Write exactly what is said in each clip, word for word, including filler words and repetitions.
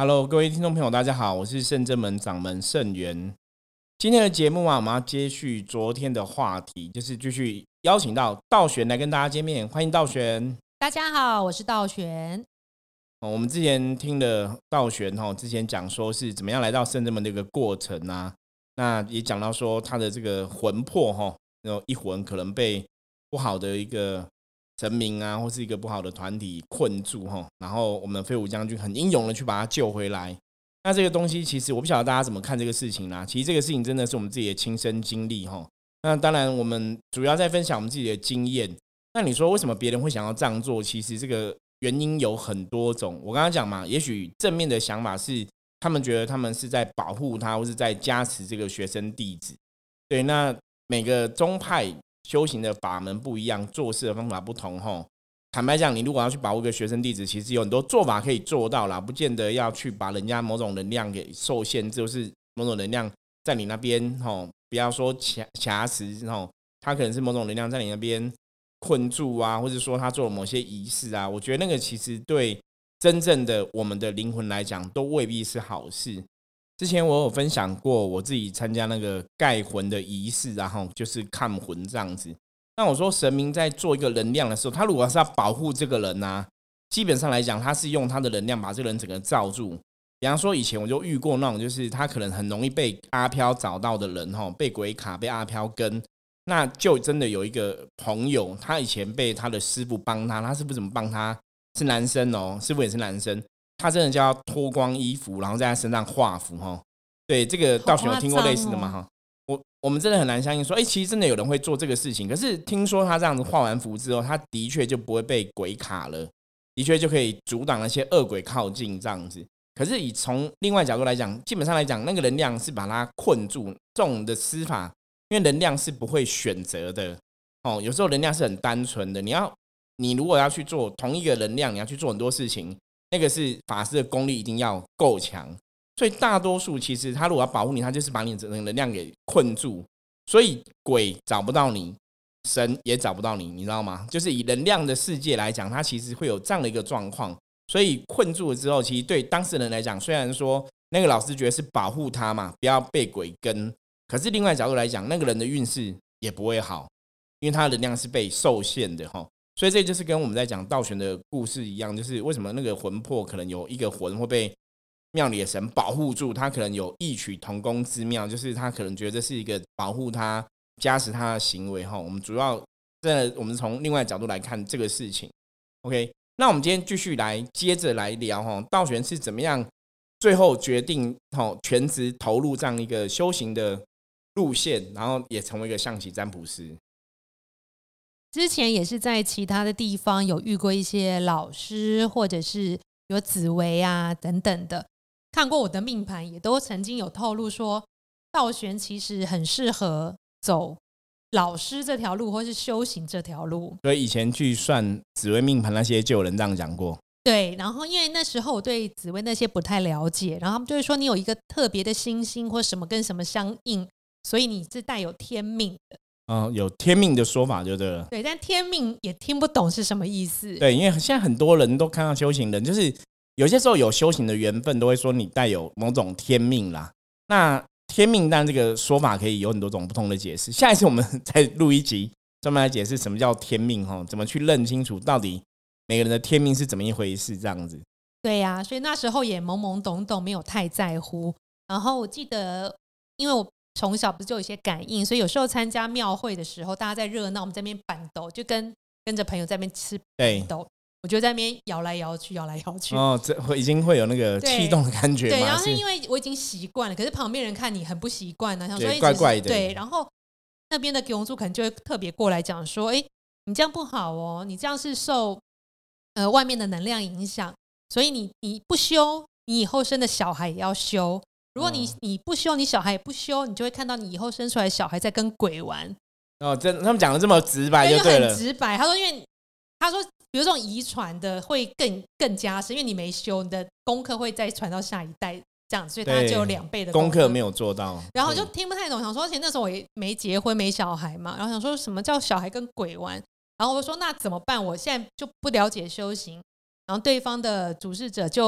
Hello， 各位听众朋友，大家好，我是圣真门掌门圣元。今天的节目啊，我们要接续昨天的话题，就是继续邀请到道玄来跟大家见面。欢迎道玄。 大家好，我是道玄。 哦、我们之前听了道玄、哦、之前讲说是怎么样来到圣真门的一个过程啊，那也讲到说他的这个魂魄、哦、那种一魂可能被不好的一个神明啊，或是一个不好的团体困住，然后我们飞虎将军很英勇的去把他救回来。那这个东西其实我不晓得大家怎么看这个事情啦，其实这个事情真的是我们自己的亲身经历。那当然我们主要在分享我们自己的经验，那你说为什么别人会想要这样做，其实这个原因有很多种。我刚刚讲嘛，也许正面的想法是他们觉得他们是在保护他，或是在加持这个学生弟子。对，那每个宗派修行的法门不一样，做事的方法不同。坦白讲，你如果要去保护一个学生弟子，其实有很多做法可以做到啦，不见得要去把人家某种能量给受限制，就是某种能量在你那边，不要说挟持，他可能是某种能量在你那边困住啊，或者说他做了某些仪式啊，我觉得那个其实对真正的我们的灵魂来讲都未必是好事。之前我有分享过我自己参加那个盖魂的仪式，然后就是看魂这样子。那我说神明在做一个能量的时候，他如果是要保护这个人啊，基本上来讲他是用他的能量把这个人整个罩住。比方说以前我就遇过那种就是他可能很容易被阿飘找到的人，被鬼卡被阿飘跟，那就真的有一个朋友，他以前被他的师父帮他，他师父怎么帮他，是男生哦，师父也是男生，他真的就要脱光衣服然后在他身上画符。对，这个道玄有听过类似的吗？我我们真的很难相信说，哎、欸，其实真的有人会做这个事情。可是听说他这样子画完符之后，他的确就不会被鬼卡了，的确就可以阻挡那些恶鬼靠近这样子。可是以从另外角度来讲，基本上来讲，那个能量是把它困住。这种的施法，因为能量是不会选择的哦，有时候能量是很单纯的。你要你如果要去做同一个能量，你要去做很多事情，那个是法师的功力一定要够强。所以大多数其实他如果要保护你，他就是把你的能量给困住，所以鬼找不到你，神也找不到你，你知道吗？就是以能量的世界来讲，它其实会有这样的一个状况。所以困住了之后，其实对当事人来讲，虽然说那个老师觉得是保护他嘛，不要被鬼跟，可是另外角度来讲，那个人的运势也不会好，因为他的能量是被受限的。所以这就是跟我们在讲道玄的故事一样，就是为什么那个魂魄可能有一个魂会被庙里的神保护住，他可能有异曲同工之妙，就是他可能觉得这是一个保护他加持他的行为。我们主要真的我们从另外角度来看这个事情。 OK， 那我们今天继续来接着来聊道玄是怎么样最后决定全职投入这样一个修行的路线，然后也成为一个象棋占卜师。 之前也是在其他的地方有遇过一些老师，或者是有紫微啊等等的，看过我的命盘，也都曾经有透露说道玄其实很适合走老师这条路或是修行这条路。 所以以前去算紫微命盘那些就有人这样讲过。 对，然后因为那时候我对紫微那些不太了解，然后他们就会说你有一个特别的星星或什么跟什么相应，所以你是带有天命的。 嗯，有天命的说法就对了。 对，但天命也听不懂是什么意思。 对，因为现在很多人都看到修行人，就是有些时候有修行的缘分，都会说你带有某种天命啦。那天命，但这个说法可以有很多种不同的解释。下一次我们再录一集，专门来解释什么叫天命，怎么去认清楚到底每个人的天命是怎么一回事，这样子。 对呀、啊，所以那时候也懵懵懂懂，没有太在乎。然后我记得，因为我从小不是就有一些感应，所以有时候参加庙会的时候，大家在热闹，我们在那边板斗，就跟跟着朋友在那边吃板斗，我就在那边摇来摇去，摇来摇去。 哦，这已经会有那个气动的感觉吗？ 对，然后是因为我已经习惯了，可是旁边人看你很不习惯呢，想说怪怪的。 对，然后那边的给翁主可能就会特别过来讲说：“哎，你这样不好哦，你这样是受呃外面的能量影响，所以你你不修，你以后生的小孩也要修。”如果你你不修，你小孩也不修，你就会看到你以后生出来的小孩在跟鬼玩。 哦，真他们讲的这么直白就对了。 很直白，他说，因为他说，比如这种遗传的会更更加深，因为你没修，你的功课会再传到下一代，这样，所以他就有两倍的功课没有做到。 然后就听不太懂，想说，而且那时候我也没结婚没小孩嘛，然后想说什么叫小孩跟鬼玩？然后我说那怎么办？我现在就不了解修行。然后对方的主事者就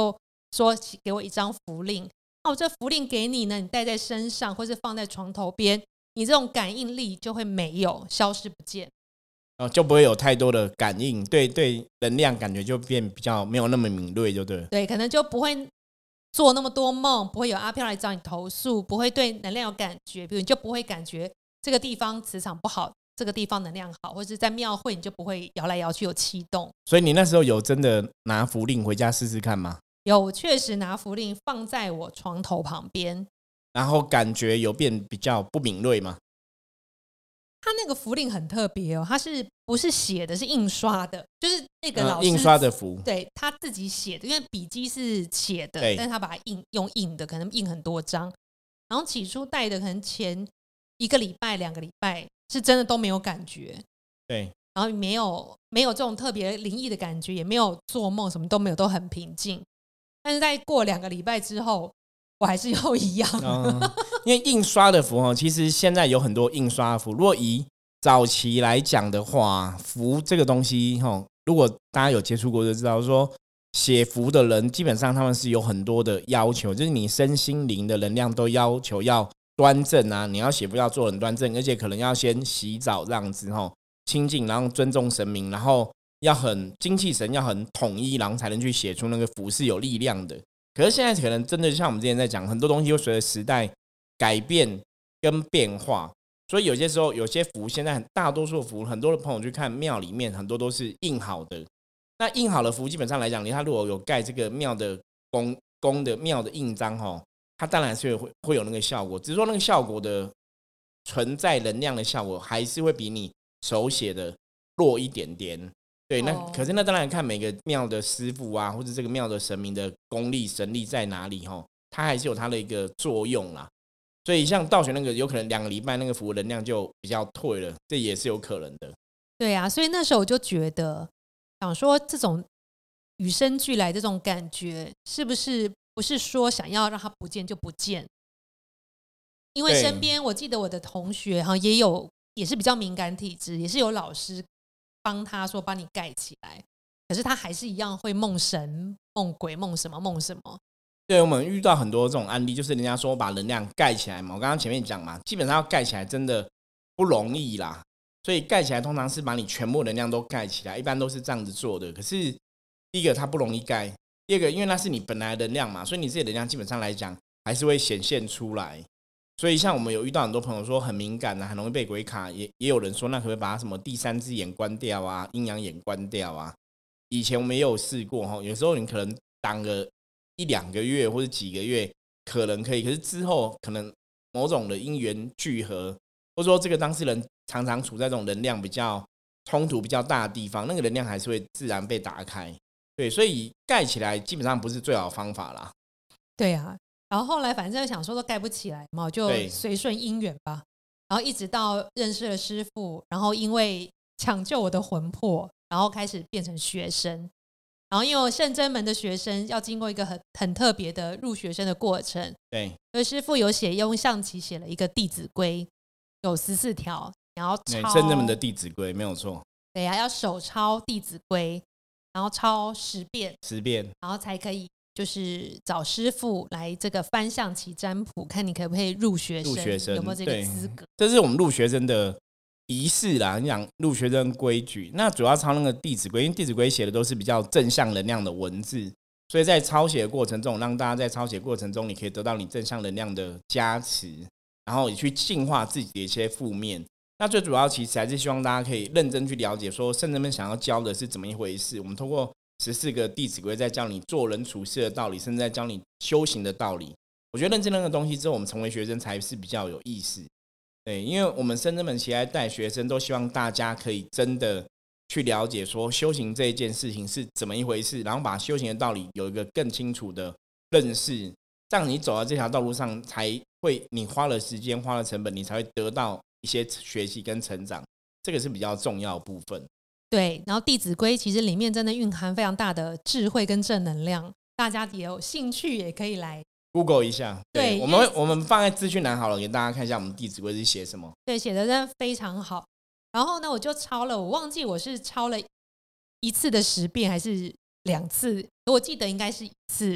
说给我一张符令，那我这符令给你呢，你带在身上或是放在床头边，你这种感应力就会没有，消失不见。 哦，就不会有太多的感应，对对，能量感觉就变比较没有那么敏锐，就对了。 对，可能就不会做那么多梦，不会有阿飘来找你投诉，不会对能量有感觉，比如你就不会感觉这个地方磁场不好，这个地方能量好，或者是在庙会你就不会摇来摇去有气动。 所以你那时候有真的拿符令回家试试看吗？ 有，我确实拿符令放在我床头旁边， 然后感觉有变比较不敏锐吗？ 他那个符令很特别哦，他是不是写的，是印刷的，就是那个老师、 嗯、印刷的符， 对他自己写的，因为笔记是写的，但是他把它印用印的，可能印很多张。然后起初带的可能前一个礼拜、两个礼拜是真的都没有感觉， 对， 然后没有没有这种特别灵异的感觉，也没有做梦，什么都没有，都很平静。但是在过两个礼拜之后，我还是又一样、嗯、 因为印刷的符其实现在有很多印刷符，如果以早期来讲的话，符这个东西如果大家有接触过就知道说写符的人基本上他们是有很多的要求，就是你身心灵的能量都要求要端正啊，你要写符要做很端正，而且可能要先洗澡这样子清净，然后尊重神明，然后要很精气神要很统一，然后才能去写出那个符是有力量的。可是现在可能真的像我们之前在讲，很多东西会随着时代改变跟变化，所以有些时候有些符现在大多数的符，很多的朋友去看庙里面很多都是印好的。那印好的符基本上来讲，他如果有盖这个庙的公公的庙的印章，它当然是 会, 会有那个效果，只是说那个效果的存在能量的效果还是会比你手写的弱一点点。对，那可是那当然看每个庙的师傅啊，或者这个庙的神明的功力神力在哪里，它还是有它的一个作用啦。所以像道玄那个有可能两个礼拜那个符能量就比较退了，这也是有可能的。 对啊，所以那时候我就觉得想说这种与生俱来这种感觉是不是不是说想要让它不见就不见。因为身边我记得我的同学也有也是比较敏感体质，也是有老师帮他说帮你盖起来，可是他还是一样会梦神梦鬼梦什么梦什么。 对，我们遇到很多这种案例，就是人家说把能量盖起来嘛，我刚刚前面讲嘛，基本上要盖起来真的不容易啦，所以盖起来通常是把你全部能量都盖起来，一般都是这样子做的。可是第一个它不容易盖，第二个因为那是你本来的能量嘛，所以你自己的能量基本上来讲还是会显现出来。所以像我们有遇到很多朋友说很敏感啊，很容易被鬼卡， 也, 也有人说那可不可以把它什么第三只眼关掉啊，阴阳眼关掉啊。以前我们也有试过，有时候你可能挡个一两个月或者几个月可能可以，可是之后可能某种的因缘聚合，或者说这个当事人常常处在这种能量比较冲突比较大的地方，那个能量还是会自然被打开。对，所以盖起来基本上不是最好的方法啦。 对啊，然后后来反正想说都盖不起来嘛，我就随顺因缘吧。然后一直到认识了师父，然后因为抢救我的魂魄，然后开始变成学生。然后因为我圣真门的学生要经过一个 很, 很特别的入学生的过程， 对， 所以师父有写用象棋写了一个弟子规，有十四条，然后抄圣真门的弟子规没有错。 对啊，要手抄弟子规，然后抄十遍， 十遍， 然后才可以就是找师傅来这个翻象棋占卜，看你可不可以入学生， 入学生有没有这个资格。 这是我们入学生的仪式啦，你讲入学生规矩，那主要抄那个弟子规，因为弟子规写的都是比较正向能量的文字，所以在抄写的过程中，让大家在抄写过程中，你可以得到你正向能量的加持，然后也去净化自己的一些负面。那最主要其实还是希望大家可以认真去了解说圣人们想要教的是怎么一回事。我们通过十四个弟子规在教你做人处事的道理，甚至在教你修行的道理。我觉得认真那个东西之后，我们成为学生才是比较有意思。对，因为我们圣人们其实带学生都希望大家可以真的去了解说修行这一件事情是怎么一回事，然后把修行的道理有一个更清楚的认识，这样你走到这条道路上才会，你花了时间花了成本，你才会得到一些学习跟成长，这个是比较重要的部分。 对，然后弟子规其实里面真的蕴含非常大的智慧跟正能量，大家也有兴趣也可以来 Google 一下。 对, 对， 我们我们放在资讯栏好了，给大家看一下我们弟子规是写什么。 对，写的真的非常好。然后呢我就抄了，我忘记我是抄了一次的十遍还是两次，我记得应该是一次。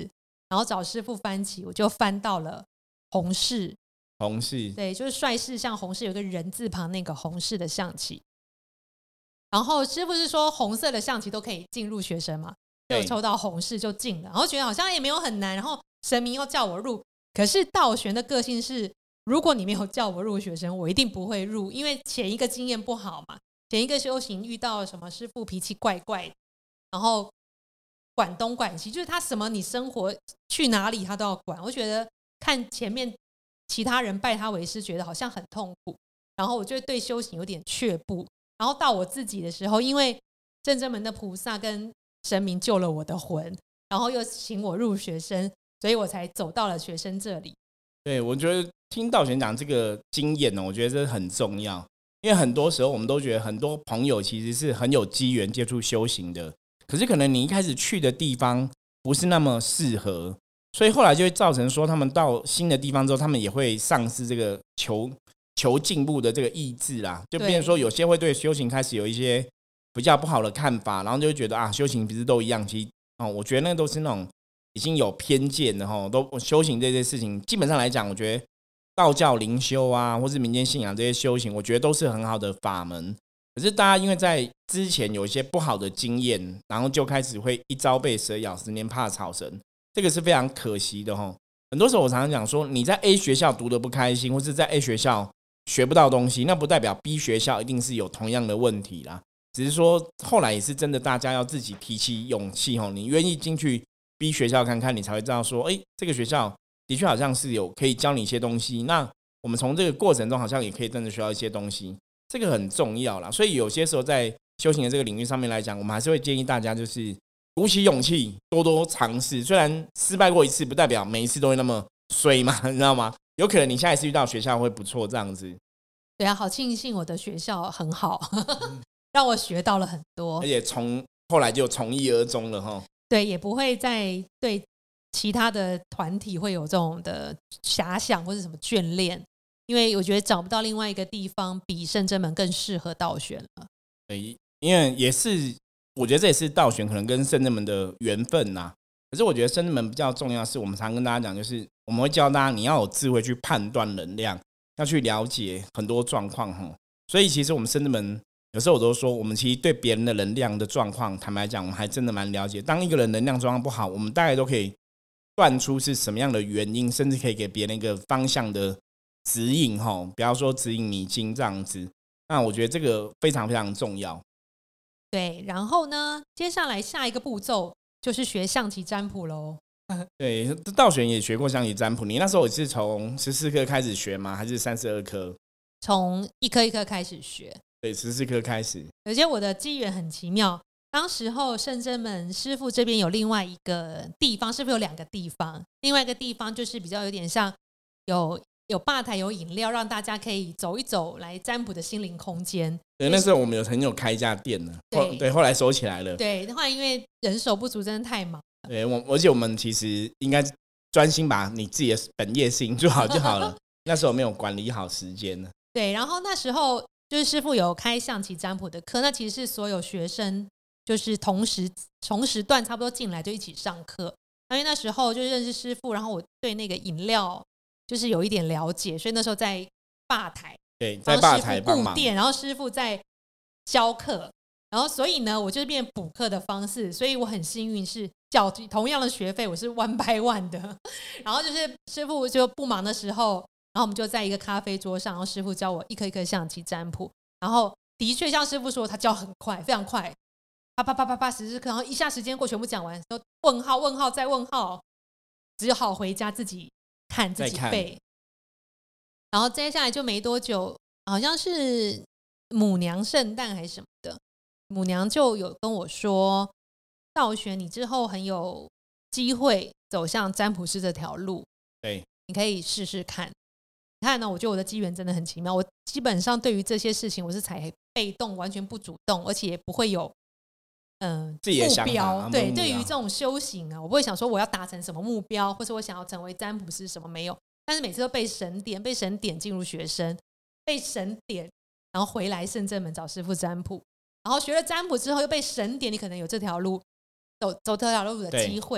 然后找师傅翻起，我就翻到了红氏。 红氏， 对，就是帅氏像红氏有个人字旁那个红氏的象棋。然后师傅是说红色的象棋都可以进入学生嘛，就抽到红氏就进了，然后觉得好像也没有很难，然后神明又叫我入，可是道玄的个性是，如果你没有叫我入学生，我一定不会入，因为前一个经验不好嘛，前一个修行遇到什么师傅脾气怪怪的，然后管东管西，就是他什么你生活去哪里他都要管，我觉得看前面其他人拜他为师，觉得好像很痛苦，然后我就对修行有点却步。然后到我自己的时候，因为正真门的菩萨跟神明救了我的魂，然后又请我入学生，所以我才走到了学生这里。 对，我觉得听道玄讲这个经验呢，我觉得这很重要，因为很多时候我们都觉得很多朋友其实是很有机缘接触修行的，可是可能你一开始去的地方不是那么适合，所以后来就会造成说他们到新的地方之后，他们也会丧失这个求求进步的这个意志啦，就变成说有些会对修行开始有一些比较不好的看法，然后就会觉得啊，修行不是都一样，其实、哦、我觉得那都是那种已经有偏见的齁，都修行这些事情基本上来讲，我觉得道教灵修啊或是民间信仰这些修行，我觉得都是很好的法门，可是大家因为在之前有一些不好的经验，然后就开始会一朝被蛇咬，十年怕草绳，这个是非常可惜的齁。很多时候我常常讲说，你在 A 学校读得不开心，或是在 A 学校学不到东西，那不代表 B 学校一定是有同样的问题啦，只是说后来也是真的大家要自己提起勇气，你愿意进去 B 学校看看，你才会知道说，哎，这个学校的确好像是有可以教你一些东西，那我们从这个过程中好像也可以真的学到一些东西，这个很重要啦。所以有些时候在修行的这个领域上面来讲，我们还是会建议大家就是鼓起勇气，多多尝试，虽然失败过一次不代表每一次都会那么衰嘛，你知道吗？有可能你下一次遇到学校会不错这样子。 对啊，好庆幸我的学校很好让我学到了很多， 而且从后来就从一而终了齁。 对，也不会再对其他的团体会有这种的遐想或是什么眷恋，因为我觉得找不到另外一个地方比圣真门更适合道玄了。 对，因为也是我觉得这也是道玄可能跟圣真门的缘分呐、啊。可是我觉得圣真门比较重要的是，我们常跟大家讲，就是我们会教大家你要有智慧去判断能量，要去了解很多状况。所以其实我们圣真门有时候我都说，我们其实对别人的能量的状况，坦白讲我们还真的蛮了解。当一个人能量状况不好，我们大概都可以断出是什么样的原因，甚至可以给别人一个方向的指引，不要说指引迷津这样子。那我觉得这个非常非常重要。 对，然后呢，接下来下一个步骤就是学象棋占卜咯。 对，道玄也学过象棋占卜，你那时候也是从十四颗开始学吗？还是三十二颗？ 从一颗一颗开始学。 对，十四颗开始。 而且我的机缘很奇妙，当时候圣真门师父这边有另外一个地方，师父有两个地方，另外一个地方就是比较有点像有有吧台有饮料，让大家可以走一走来占卜的心灵空间。 对，那时候我们有曾经有开一家店了，对，对，后来收起来了。 对，后来因为人手不足，真的太忙了。 对，我而且我们其实应该专心把你自己的本业事情做好就好了。那时候没有管理好时间了。 对，然后那时候就是师父有开象棋占卜的课，那其实是所有学生就是同时同时段差不多进来就一起上课。因为那时候就认识师父，然后我对那个饮料就是有一点了解，所以那时候在吧台， 对，在吧台帮忙， 然后师父在教课，然后所以呢，我就是变补课的方式，所以我很幸运是缴同样的学费，我是 one by one 的。然后就是师父就不忙的时候，然后我们就在一个咖啡桌上，然后师父教我一颗一颗象棋占卜，然后的确像师父说，他教很快，非常快，啪啪啪啪啪十四颗，然后一下时间过全部讲完，都问号问号再问号，只好回家自己看自己背。然后接下来就没多久，好像是母娘圣诞还是什么的，母娘就有跟我说，道玄你之后很有机会走向占卜师这条路， 对， 你可以试试看。你看呢，我觉得我的机缘真的很奇妙，我基本上对于这些事情我是采被动，完全不主动，而且也不会有嗯、呃、目标。对，对于这种修行啊，我不会想说我要达成什么目标，或是我想要成为占卜师什么，没有。但是每次都被神点，被神点进入学生，被神点，然后回来圣真门找师父占卜，然后学了占卜之后又被神点，你可能有这条路走走这条路的机会，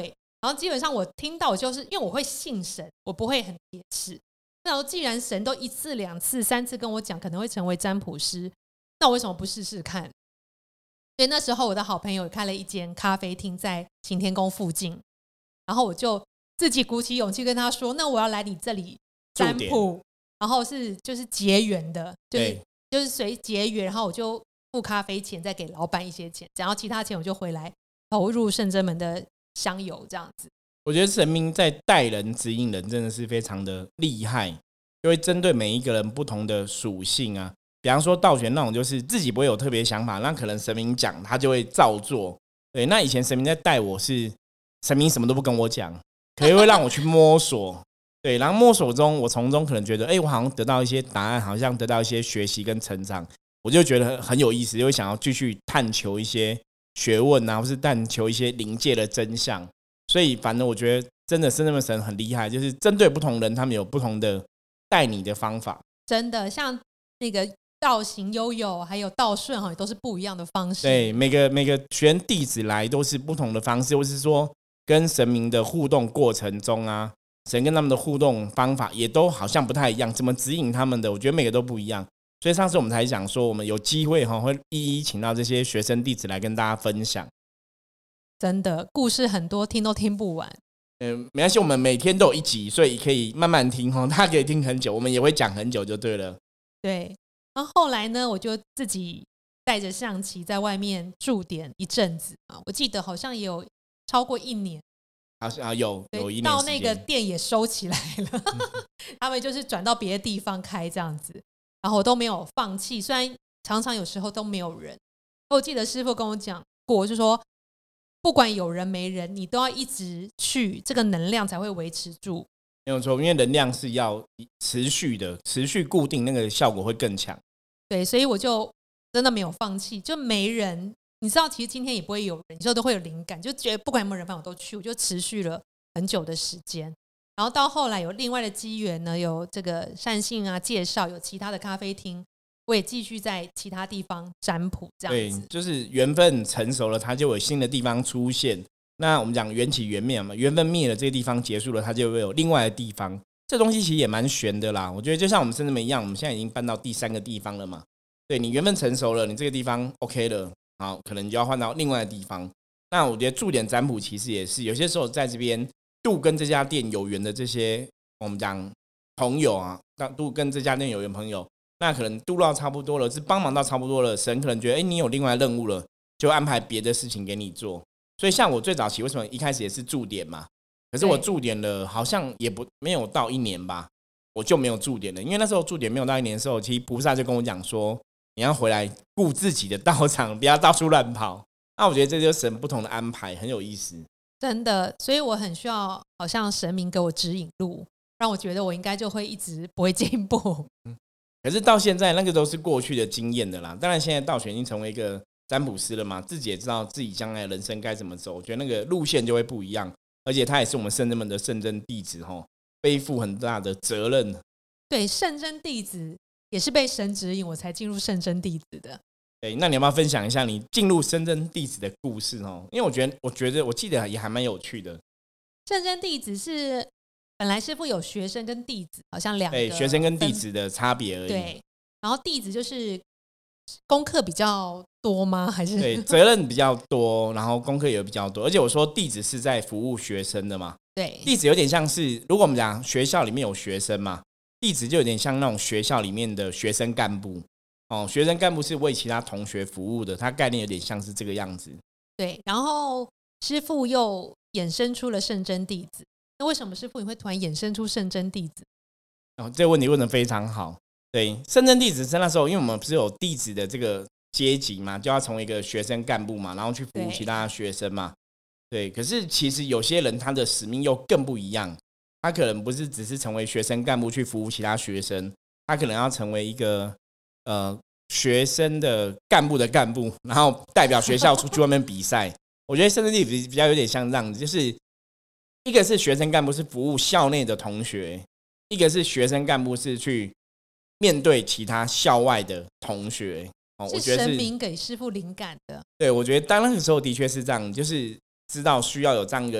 然后基本上我听到就是因为我会信神，我不会很铁齿。那我既然神都一次两次三次跟我讲可能会成为占卜师，那我为什么不试试看？所以那时候我的好朋友开了一间咖啡厅在行天宫附近，然后我就自己鼓起勇气跟他说，那我要来你这里占卜，然后是就是结缘的，就是就是随结缘，然后我就付咖啡钱再给老板一些钱，然后其他钱我就回来投入圣真门的香油这样子。 我觉得神明在带人指引人真的是非常的厉害，就会针对每一个人不同的属性啊。比方说道玄那种就是自己不会有特别想法，那可能神明讲他就会照做。对，那以前神明在带我是神明什么都不跟我讲，可以会让我去摸索。对，然后摸索中我从中可能觉得哎、欸，我好像得到一些答案，好像得到一些学习跟成长，我就觉得很有意思，就会想要继续探求一些学问啊，或是探求一些灵界的真相。所以反正我觉得真的是那么神很厉害，就是针对不同人他们有不同的带你的方法。 真的像那个道行悠悠还有道顺也都是不一样的方式。 对，每个每个学员弟子来都是不同的方式，或是说跟神明的互动过程中啊，神跟他们的互动方法也都好像不太一样，怎么指引他们的我觉得每个都不一样。所以上次我们才讲说我们有机会会一一请到这些学生弟子来跟大家分享。 真的故事很多，听都听不完。 嗯，没关系，我们每天都有一集，所以可以慢慢听，大家可以听很久，我们也会讲很久就对了。 对，然后后来呢，我就自己带着象棋在外面驻点一阵子啊，我记得好像也有超过一年， 好像有有一年到那个店也收起来了，他们就是转到别的地方开这样子，然后我都没有放弃，虽然常常有时候都没有人。我记得师父跟我讲过，就说不管有人没人，你都要一直去，这个能量才会维持住。 没有错，因为能量是要持续的，持续固定，那个效果会更强。 对，所以我就真的没有放弃，就没人，你知道其实今天也不会有人，有时候都会有灵感，就觉得不管有没有人帮我都去，我就持续了很久的时间。然后到后来有另外的机缘呢，有这个善信啊介绍，有其他的咖啡厅，我也继续在其他地方占卜这样子。 对，就是缘分成熟了，它就有新的地方出现。那我们讲缘起缘灭嘛，缘分灭了，这个地方结束了，它就会有另外的地方。这东西其实也蛮玄的啦，我觉得就像我们圣真门一样，我们现在已经搬到第三个地方了嘛。对，你缘分成熟了，你这个地方 OK 了，好，可能你就要换到另外的地方。那我觉得驻点占卜其实也是，有些时候在这边度跟这家店有缘的这些我们讲朋友啊，度跟这家店有缘朋友，那可能度到差不多了，是帮忙到差不多了，神可能觉得哎，你有另外任务了，就安排别的事情给你做。所以像我最早期为什么一开始也是驻点嘛，可是我驻点了好像也不没有到一年吧，我就没有驻点了。因为那时候驻点没有到一年的时候，其实菩萨就跟我讲说，你要回来顾自己的道场，不要到处乱跑。那我觉得这就是神不同的安排，很有意思。 真的，所以我很需要好像神明给我指引路，让我觉得我应该就会一直不会进步。 嗯，可是到现在那个都是过去的经验的啦。当然现在道玄已经成为一个占卜师了嘛，自己也知道自己将来人生该怎么走，我觉得那个路线就会不一样。而且他也是我们圣真门的圣真弟子，背负很大的责任。 对，圣真弟子也是被神指引我才进入圣真弟子的。 对，那你要不要分享一下你进入圣真弟子的故事？因为我觉得我觉得我记得也还蛮有趣的。 圣真弟子是本来师父有学生跟弟子，好像两个， 对，学生跟弟子的差别而已。 对，然后弟子就是功课比较多吗？还是对，责任比较多，然后功课也比较多。而且我说弟子是在服务学生的嘛， 对， 弟子有点像是，如果我们讲学校里面有学生嘛，弟子就有点像那种学校里面的学生干部哦。学生干部是为其他同学服务的，它概念有点像是这个样子。 对，然后师父又衍生出了圣真弟子。那为什么师父你会突然衍生出圣真弟子？ 哦，这个问题问得非常好。对，圣真弟子是那时候，因为我们不是有弟子的这个阶级嘛，就要成为一个学生干部嘛，然后去服务其他学生嘛。对，可是其实有些人他的使命又更不一样，他可能不是只是成为学生干部去服务其他学生，他可能要成为一个呃学生的干部的干部，然后代表学校出去外面比赛。我觉得圣真弟子比较有点像这样子，就是一个是学生干部是服务校内的同学，一个是学生干部是去面对其他校外的同学。哦，我觉得是神明给师父灵感的。 对，我觉得当那个时候的确是这样，就是知道需要有这样一个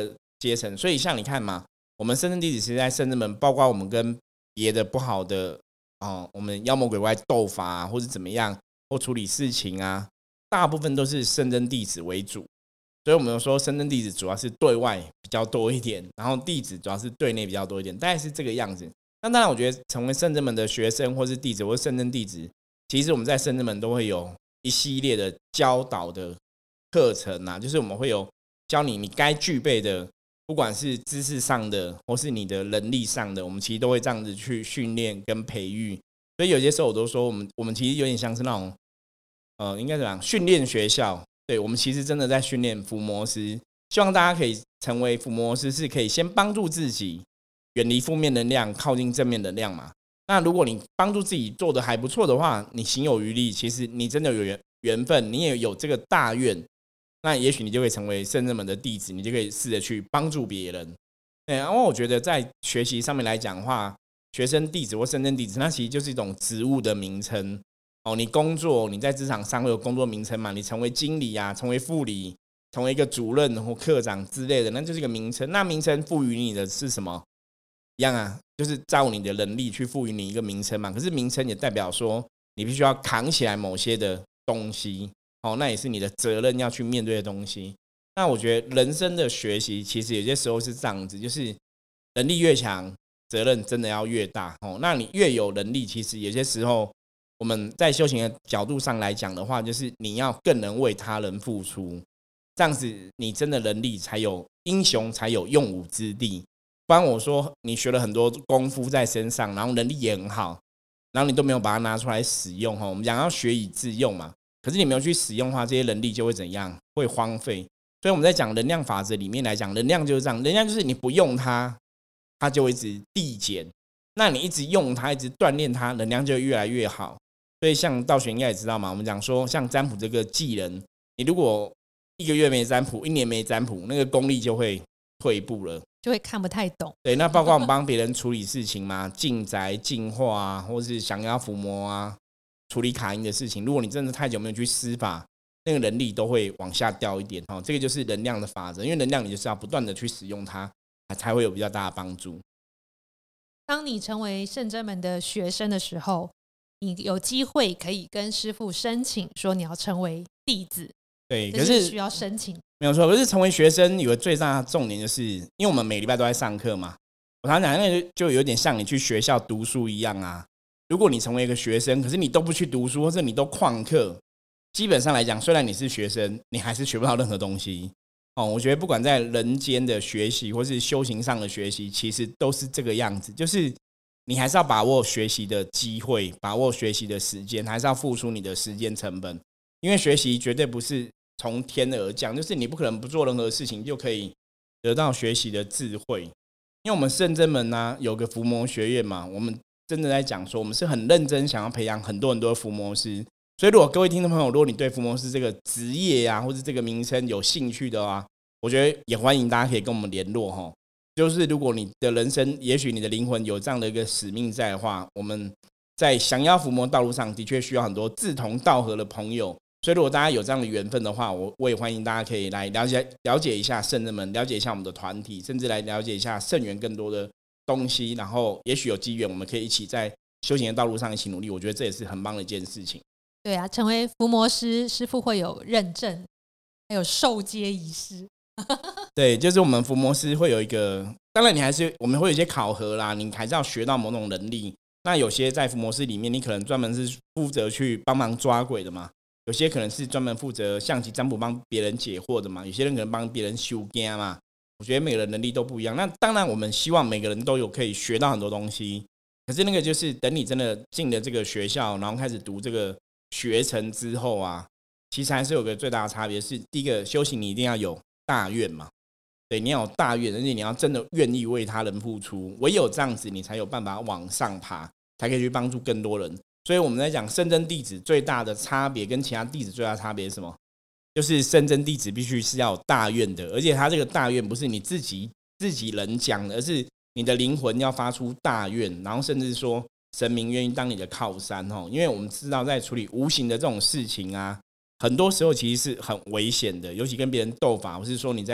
阶层。所以像你看嘛，我们圣真弟子其实在圣真门，包括我们跟别的不好的哦，我们妖魔鬼怪斗法啊，或是怎么样，或处理事情啊，大部分都是圣真弟子为主。所以我们说圣真弟子主要是对外比较多一点，然后弟子主要是对内比较多一点，大概是这个样子。那当然我觉得成为圣真门的学生或是弟子或是圣真弟子，其实我们在圣真门都会有一系列的教导的课程啊，就是我们会有教你你该具备的，不管是知识上的或是你的能力上的，我们其实都会这样子去训练跟培育。所以有些时候我都说我们我们其实有点像是那种呃应该怎么样训练学校。对，我们其实真的在训练伏魔师，希望大家可以成为伏魔师，是可以先帮助自己远离负面能量，靠近正面能量嘛。那如果你帮助自己做的还不错的话，你行有余力，其实你真的有缘分，你也有这个大愿，那也许你就会成为圣真门的弟子，你就可以试着去帮助别人。对，然后我觉得在学习上面来讲的话，学生弟子或圣真弟子，那其实就是一种职务的名称。哦，你工作，你在职场上会有工作名称嘛？你成为经理啊，成为副理，成为一个主任或科长之类的，那就是一个名称。那名称赋予你的是什么？一样啊，就是照你的能力去赋予你一个名称嘛。可是名称也代表说，你必须要扛起来某些的东西，哦，那也是你的责任要去面对的东西。那我觉得人生的学习，其实有些时候是这样子，就是能力越强，责任真的要越大。哦，那你越有能力，其实有些时候。我们在修行的角度上来讲的话，就是你要更能为他人付出，这样子你真的能力才有英雄才有用武之地。不然我说你学了很多功夫在身上，然后能力也很好，然后你都没有把它拿出来使用，我们讲要学以致用嘛，可是你没有去使用的话，这些能力就会怎样？会荒废。所以我们在讲能量法则里面来讲，能量就是这样，能量就是你不用它，它就会一直递减，那你一直用它，一直锻炼它，能量就会越来越好。所以像道玄应该也知道嘛，我们讲说像占卜这个技能，你如果一个月没占卜，一年没占卜，那个功力就会退步了， 就会看不太懂。 对，那包括我们帮别人处理事情嘛，进宅净化啊，或是降妖伏魔啊，处理卡因的事情，如果你真的太久没有去施法，那个能力都会往下掉一点。这个就是能量的法则，因为能量你就是要不断的去使用它，才会有比较大的帮助。 当你成为圣真门的学生的时候，你有机会可以跟师父申请说你要成为弟子， 对，可是需要申请， 没有错。可是成为学生有个最大的重点，就是因为我们每礼拜都在上课嘛，我常常讲，那就有点像你去学校读书一样啊。如果你成为一个学生，可是你都不去读书，或者你都旷课，基本上来讲，虽然你是学生，你还是学不到任何东西。哦，我觉得不管在人间的学习，或是修行上的学习，其实都是这个样子，就是你还是要把握学习的机会，把握学习的时间，还是要付出你的时间成本。因为学习绝对不是从天而降，就是你不可能不做任何事情就可以得到学习的智慧。因为我们圣真门啊有个伏魔学院嘛，我们真的在讲说，我们是很认真想要培养很多很多的伏魔师。所以如果各位听众朋友，如果你对伏魔师这个职业啊，或是这个名称有兴趣的话，我觉得也欢迎大家可以跟我们联络齁。就是如果你的人生，也许你的灵魂有这样的一个使命在的话，我们在降妖伏魔道路上的确需要很多志同道合的朋友。所以如果大家有这样的缘分的话，我我也欢迎大家可以来了解了解一下圣人们，了解一下我们的团体，甚至来了解一下圣元更多的东西。然后也许有机缘，我们可以一起在修行的道路上一起努力。我觉得这也是很棒的一件事情。 对啊，成为伏魔师，师父会有认证，还有受阶仪式。 对，就是我们伏魔师会有一个，当然你还是我们会有一些考核啦，你还是要学到某种能力。那有些在伏魔师里面，你可能专门是负责去帮忙抓鬼的嘛，有些可能是专门负责象棋占卜帮别人解惑的嘛，有些人可能帮别人修经嘛。我觉得每个人能力都不一样。那当然我们希望每个人都有可以学到很多东西，可是那个就是等你真的进了这个学校，然后开始读这个学程之后啊，其实还是有个最大的差别是，第一个修行你一定要有大愿嘛，对，你要有大愿，而且你要真的愿意为他人付出，唯有这样子你才有办法往上爬，才可以去帮助更多人。所以我们在讲圣真弟子最大的差别跟其他弟子最大的差别是什么？就是圣真弟子必须是要有大愿的，而且他这个大愿不是你自己自己人讲的，而是你的灵魂要发出大愿，然后甚至说神明愿意当你的靠山。因为我们知道在处理无形的这种事情啊，很多时候其实是很危险的，尤其跟别人斗法，或是说你在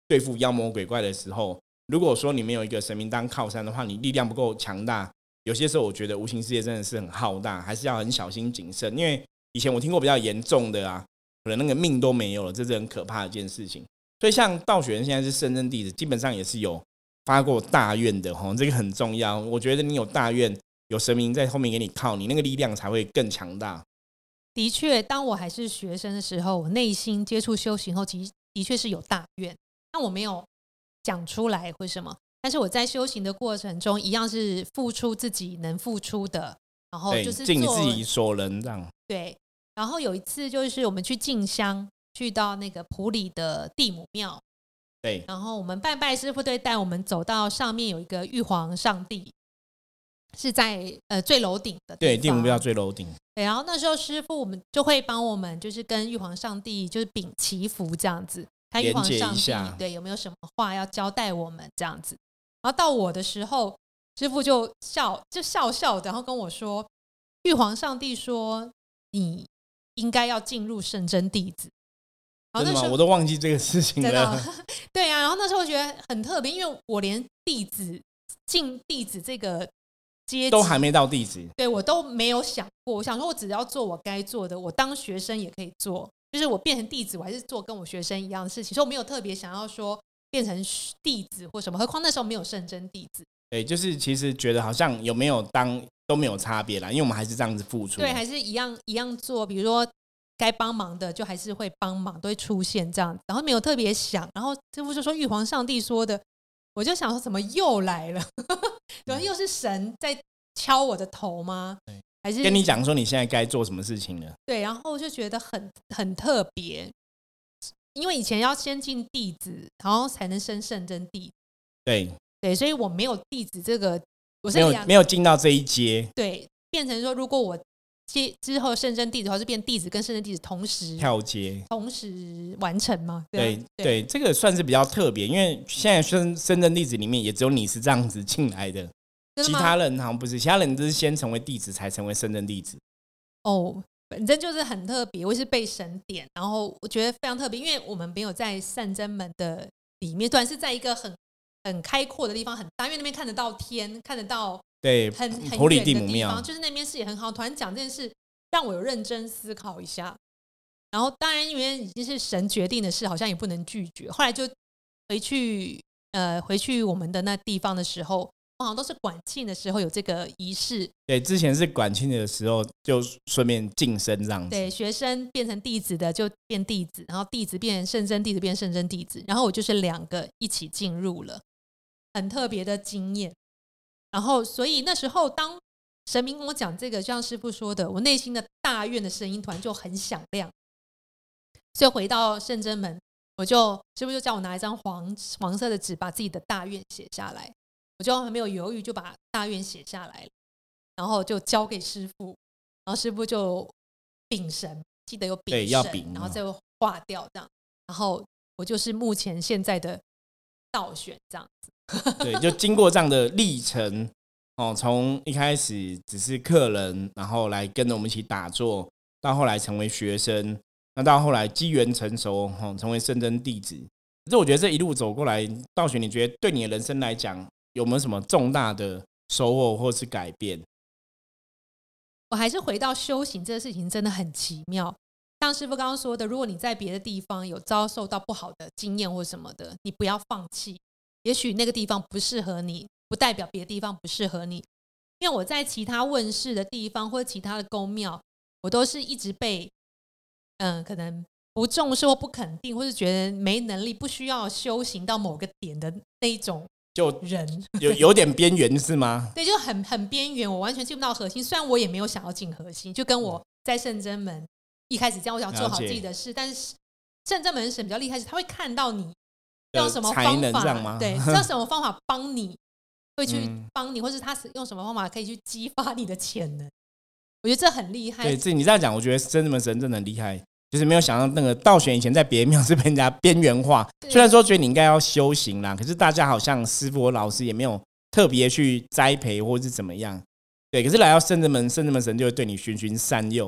对付妖魔鬼怪的时候，如果说你没有一个神明当靠山的话，你力量不够强大，有些时候我觉得无形世界真的是很浩大，还是要很小心谨慎。因为以前我听过比较严重的啊，可能那个命都没有了，这是很可怕的一件事情。所以像道学人现在是圣真弟子，基本上也是有发过大愿的，这个很重要。我觉得你有大愿，有神明在后面给你靠，你那个力量才会更强大。 的确，当我还是学生的时候，我内心接触修行后，其实的确是有大愿，但我没有讲出来为什么。但是我在修行的过程中，一样是付出自己能付出的，然后就是尽你自己所能这样。 对，然后有一次就是我们去进香，去到那个埔里的地母庙， 对， 然后我们拜拜师父队带我们走到上面有一个玉皇上帝，是在呃最楼顶的地方， 对，地母庙最楼顶。 对，然后那时候师父我们就会帮我们，就是跟玉皇上帝就是禀祈福这样子，看玉皇上帝对有没有什么话要交代我们这样子。然后到我的时候，师父就笑就笑笑的，然后跟我说，玉皇上帝说你应该要进入圣真弟子。 真的吗？我都忘记这个事情了。 对啊，然后那时候我觉得很特别，因为我连弟子进弟子这个阶级都还没到弟子， 对我都没有想过。我想说，我只要做我该做的，我当学生也可以做，就是我变成弟子，我还是做跟我学生一样的事情，所以我没有特别想要说变成弟子或什么。何况那时候没有圣真弟子， 对，就是其实觉得好像有没有当都没有差别啦，因为我们还是这样子付出， 对，还是一样一样做，比如说该帮忙的就还是会帮忙，都会出现这样子，然后没有特别想。然后师父就说玉皇上帝说的，我就想说怎么又来了对，又是神在敲我的头吗？还是跟你讲说你现在该做什么事情了？ 对，然后就觉得很很特别，因为以前要先进弟子，然后才能升圣真弟子。 对对，所以我没有弟子这个，我是没有没有进到这一阶。 对，变成说如果我接之后圣真弟子的话，是变弟子跟圣真弟子同时跳阶， 同时完成吗？ 对对, 对, 对，这个算是比较特别，因为现在圣圣真弟子里面也只有你是这样子进来的，其他人好像不是，其他人都是先成为弟子才成为圣真弟子。 哦，反正就是很特别，我是被神点，然后我觉得非常特别，因为我们没有在圣真门的里面，虽然是在一个很很开阔的地方，很大，因为那边看得到天，看得到对很很埔里远的地母庙， 地方，就是那边视野很好。突然讲这件事，让我有认真思考一下。然后当然，因为已经是神决定的事，好像也不能拒绝。后来就回去，呃，回去我们的那地方的时候。好像都是管庆的时候有这个仪式， 对，之前是管庆的时候就顺便晋升这样子， 对，学生变成弟子的就变弟子，然后弟子变成圣真弟子变圣真弟子，然后我就是两个一起进入了，很特别的经验。然后所以那时候当神明跟我讲这个，就像师父说的，我内心的大愿的声音突然就很响亮，所以回到圣真门，我就师父就叫我拿一张黄黄色的纸，把自己的大愿写下来。我就还没有犹豫，就把大愿写下来了，然后就交给师父，然后师父就禀神，记得有禀神， 要禀， 然后再画掉这样，然后我就是目前现在的道玄这样子。 对，就经过这样的历程哦，从一开始只是客人，然后来跟着我们一起打坐，到后来成为学生，那到后来机缘成熟，哦，成为圣真弟子。可是我觉得这一路走过来，道玄，你觉得对你的人生来讲，有没有什么重大的收获或是改变？ 我还是回到修行这个事情真的很奇妙，像师父刚刚说的，如果你在别的地方有遭受到不好的经验或什么的，你不要放弃，也许那个地方不适合你，不代表别的地方不适合你。因为我在其他问世的地方或者其他的宫庙，我都是一直被嗯，可能不重视或不肯定，或是觉得没能力，不需要修行到某个点的那一种就人， 有有点边缘是吗？ 对，就很很边缘，我完全进不到核心。虽然我也没有想要进核心，就跟我在圣真门一开始这样，我想做好自己的事，但是圣真门神比较厉害，是他会看到你用什么方法，对，用什么方法帮你，会去帮你，嗯、或是他用什么方法可以去激发你的潜能。我觉得这很厉害。 对，这你这样讲，我觉得圣真门神真的很厉害。就是没有想到那个道玄以前在别的庙是被人家边缘化，虽然说觉得你应该要修行啦，可是大家好像师父老师也没有特别去栽培或是怎么样。对，可是来到圣真门，圣真门神就会对你循循善诱哦，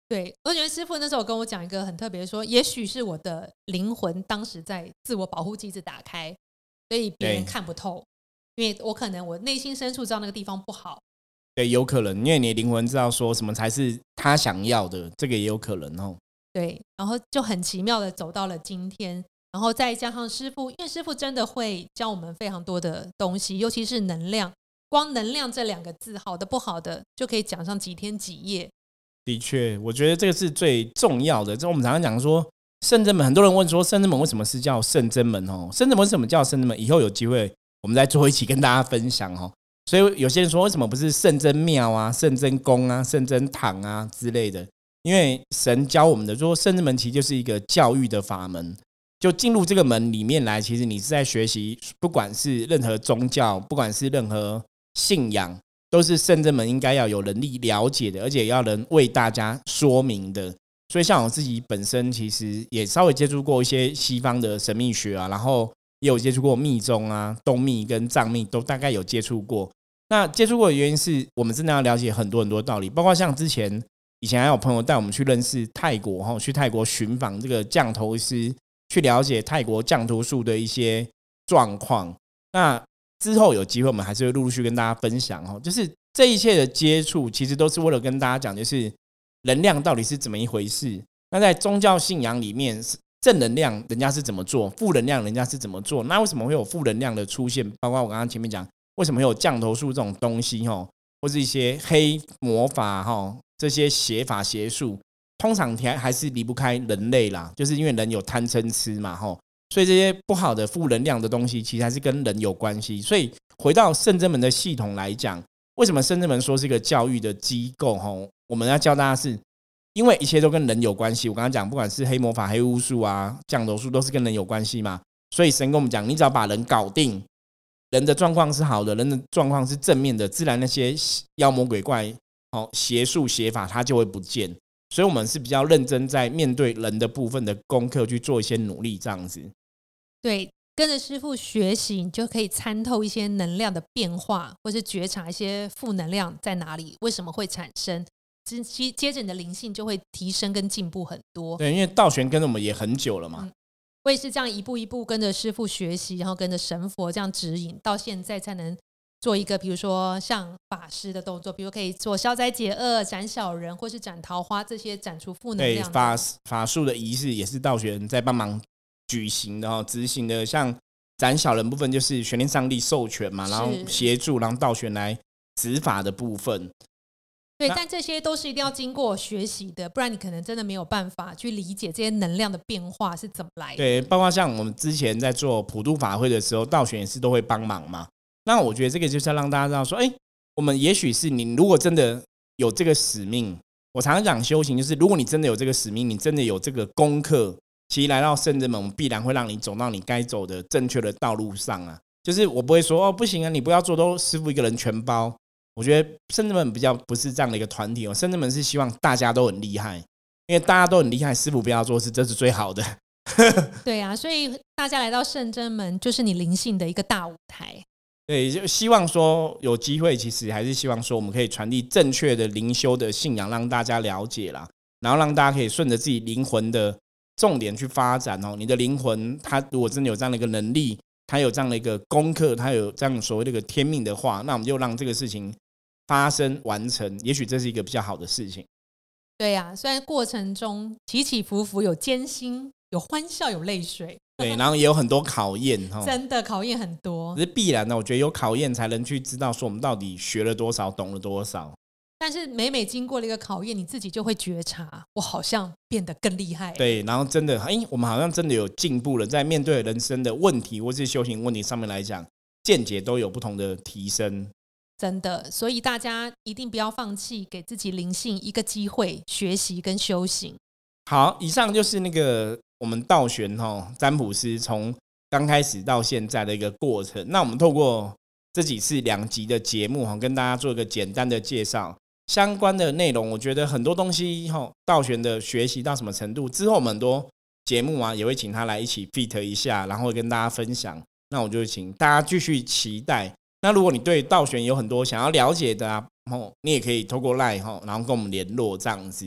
对，我觉得师父那时候跟我讲一个很特别，说也许是我的灵魂当时在自我保护机制打开，所以别人看不透，因为我可能我内心深处知道那个地方不好。 对，有可能，因为你的灵魂知道说什么才是他想要的，这个也有可能哦。 对，然后就很奇妙的走到了今天，然后再加上师父，因为师父真的会教我们非常多的东西，尤其是能量，光能量这两个字，好的不好的就可以讲上几天几夜。 的确，我觉得这个是最重要的。这我们常常讲说圣真门，很多人问说圣真门为什么是叫圣真门哦？圣真门为什么叫圣真门？以后有机会我们再做一起跟大家分享哦。所以有些人说为什么不是圣真庙啊、圣真宫啊、圣真堂啊之类的？因为神教我们的说圣真门其实就是一个教育的法门，就进入这个门里面来，其实你是在学习，不管是任何宗教，不管是任何信仰，都是圣真门应该要有能力了解的，而且要能为大家说明的。所以像我自己本身其实也稍微接触过一些西方的神秘学啊，然后也有接触过密宗啊、东密跟藏密，都大概有接触过。那接触过的原因是我们真的要了解很多很多道理，包括像之前以前还有朋友带我们去认识泰国，去泰国寻访这个降头师，去了解泰国降头术的一些状况。那之后有机会我们还是会陆陆续跟大家分享，就是这一切的接触其实都是为了跟大家讲，就是能量到底是怎么一回事。那在宗教信仰里面，正能量人家是怎么做，负能量人家是怎么做，那为什么会有负能量的出现？包括我刚刚前面讲为什么会有降头术这种东西，或是一些黑魔法，这些邪法邪术，通常还是离不开人类啦，就是因为人有贪嗔痴嘛，所以这些不好的负能量的东西其实还是跟人有关系。所以回到圣真门的系统来讲，为什么圣真门说是一个教育的机构，我们要教大家是因为一切都跟人有关系。我刚刚讲不管是黑魔法、黑巫术啊、降头术都是跟人有关系嘛，所以神跟我们讲，你只要把人搞定，人的状况是好的，人的状况是正面的，自然那些妖魔鬼怪、邪术邪法它就会不见。所以我们是比较认真在面对人的部分的功课去做一些努力，这样子。 对，跟着师父学习，你就可以参透一些能量的变化，或是觉察一些负能量在哪里，为什么会产生，接着你的灵性就会提升跟进步很多。 对，因为道玄跟着我们也很久了嘛、嗯、 我也是这样一步一步跟着师父学习，然后跟着神佛这样指引，到现在才能做一个比如说像法师的动作，比如可以做消灾解厄、斩小人或是斩桃花，这些斩除负能量的。 对，法法术的仪式也是道玄在帮忙举行的、执行的。像斩小人部分就是玄天上帝授权嘛，然后协助让道玄来执法的部分。 对，但这些都是一定要经过学习的，不然你可能真的没有办法去理解这些能量的变化是怎么来的。 对，包括像我们之前在做普渡法会的时候，道玄也是都会帮忙嘛。那我觉得这个就是要让大家知道说，哎，我们也许是你如果真的有这个使命，我常常讲修行就是如果你真的有这个使命，你真的有这个功课，其实来到圣真门，我们必然会让你走到你该走的正确的道路上啊。就是我不会说哦不行啊，你不要做，都师父一个人全包。我觉得圣真门比较不是这样的一个团体哦，圣真门是希望大家都很厉害，因为大家都很厉害，师父不要做事，这是最好的。 对啊，所以大家来到圣真门就是你灵性的一个大舞台。 对，就希望说有机会，其实还是希望说我们可以传递正确的灵修的信仰，让大家了解啦，然后让大家可以顺着自己灵魂的重点去发展哦。你的灵魂，它如果真的有这样的一个能力，它有这样的一个功课，它有这样所谓的一个天命的话，那我们就让这个事情发生完成，也许这是一个比较好的事情。 对啊，虽然过程中起起伏伏，有艰辛，有欢笑，有泪水。 对，然后也有很多考验， 真的考验很多， 这是必然的。我觉得有考验才能去知道说我们到底学了多少，懂了多少。 但是每每经过了一个考验，你自己就会觉察，我好像变得更厉害。 对，然后真的，哎，我们好像真的有进步了，在面对人生的问题或是修行问题上面来讲，见解都有不同的提升。 真的，所以大家一定不要放弃，给自己灵性一个机会，学习跟修行。 好，以上就是那个我们道玄占卜师从刚开始到现在的一个过程。那我们透过这几次两集的节目跟大家做一个简单的介绍，相关的内容我觉得很多东西道玄的学习到什么程度，之后我们很多节目啊也会请他来一起 fit 一下，然后跟大家分享。那我就请大家继续期待。那如果你对道玄有很多想要了解的啊，你也可以透过 LINE 然后跟我们联络这样子。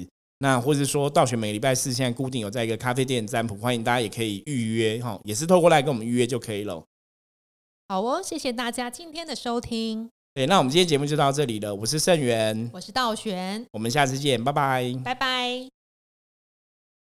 那或是说道玄每个礼拜四现在固定有在一个咖啡店占卜，欢迎大家也可以预约，也是透过来跟我们预约就可以了。 好哦，谢谢大家今天的收听。 对，那我们今天节目就到这里了，我是盛元， 我是道玄， 我们下次见，拜拜， 拜拜。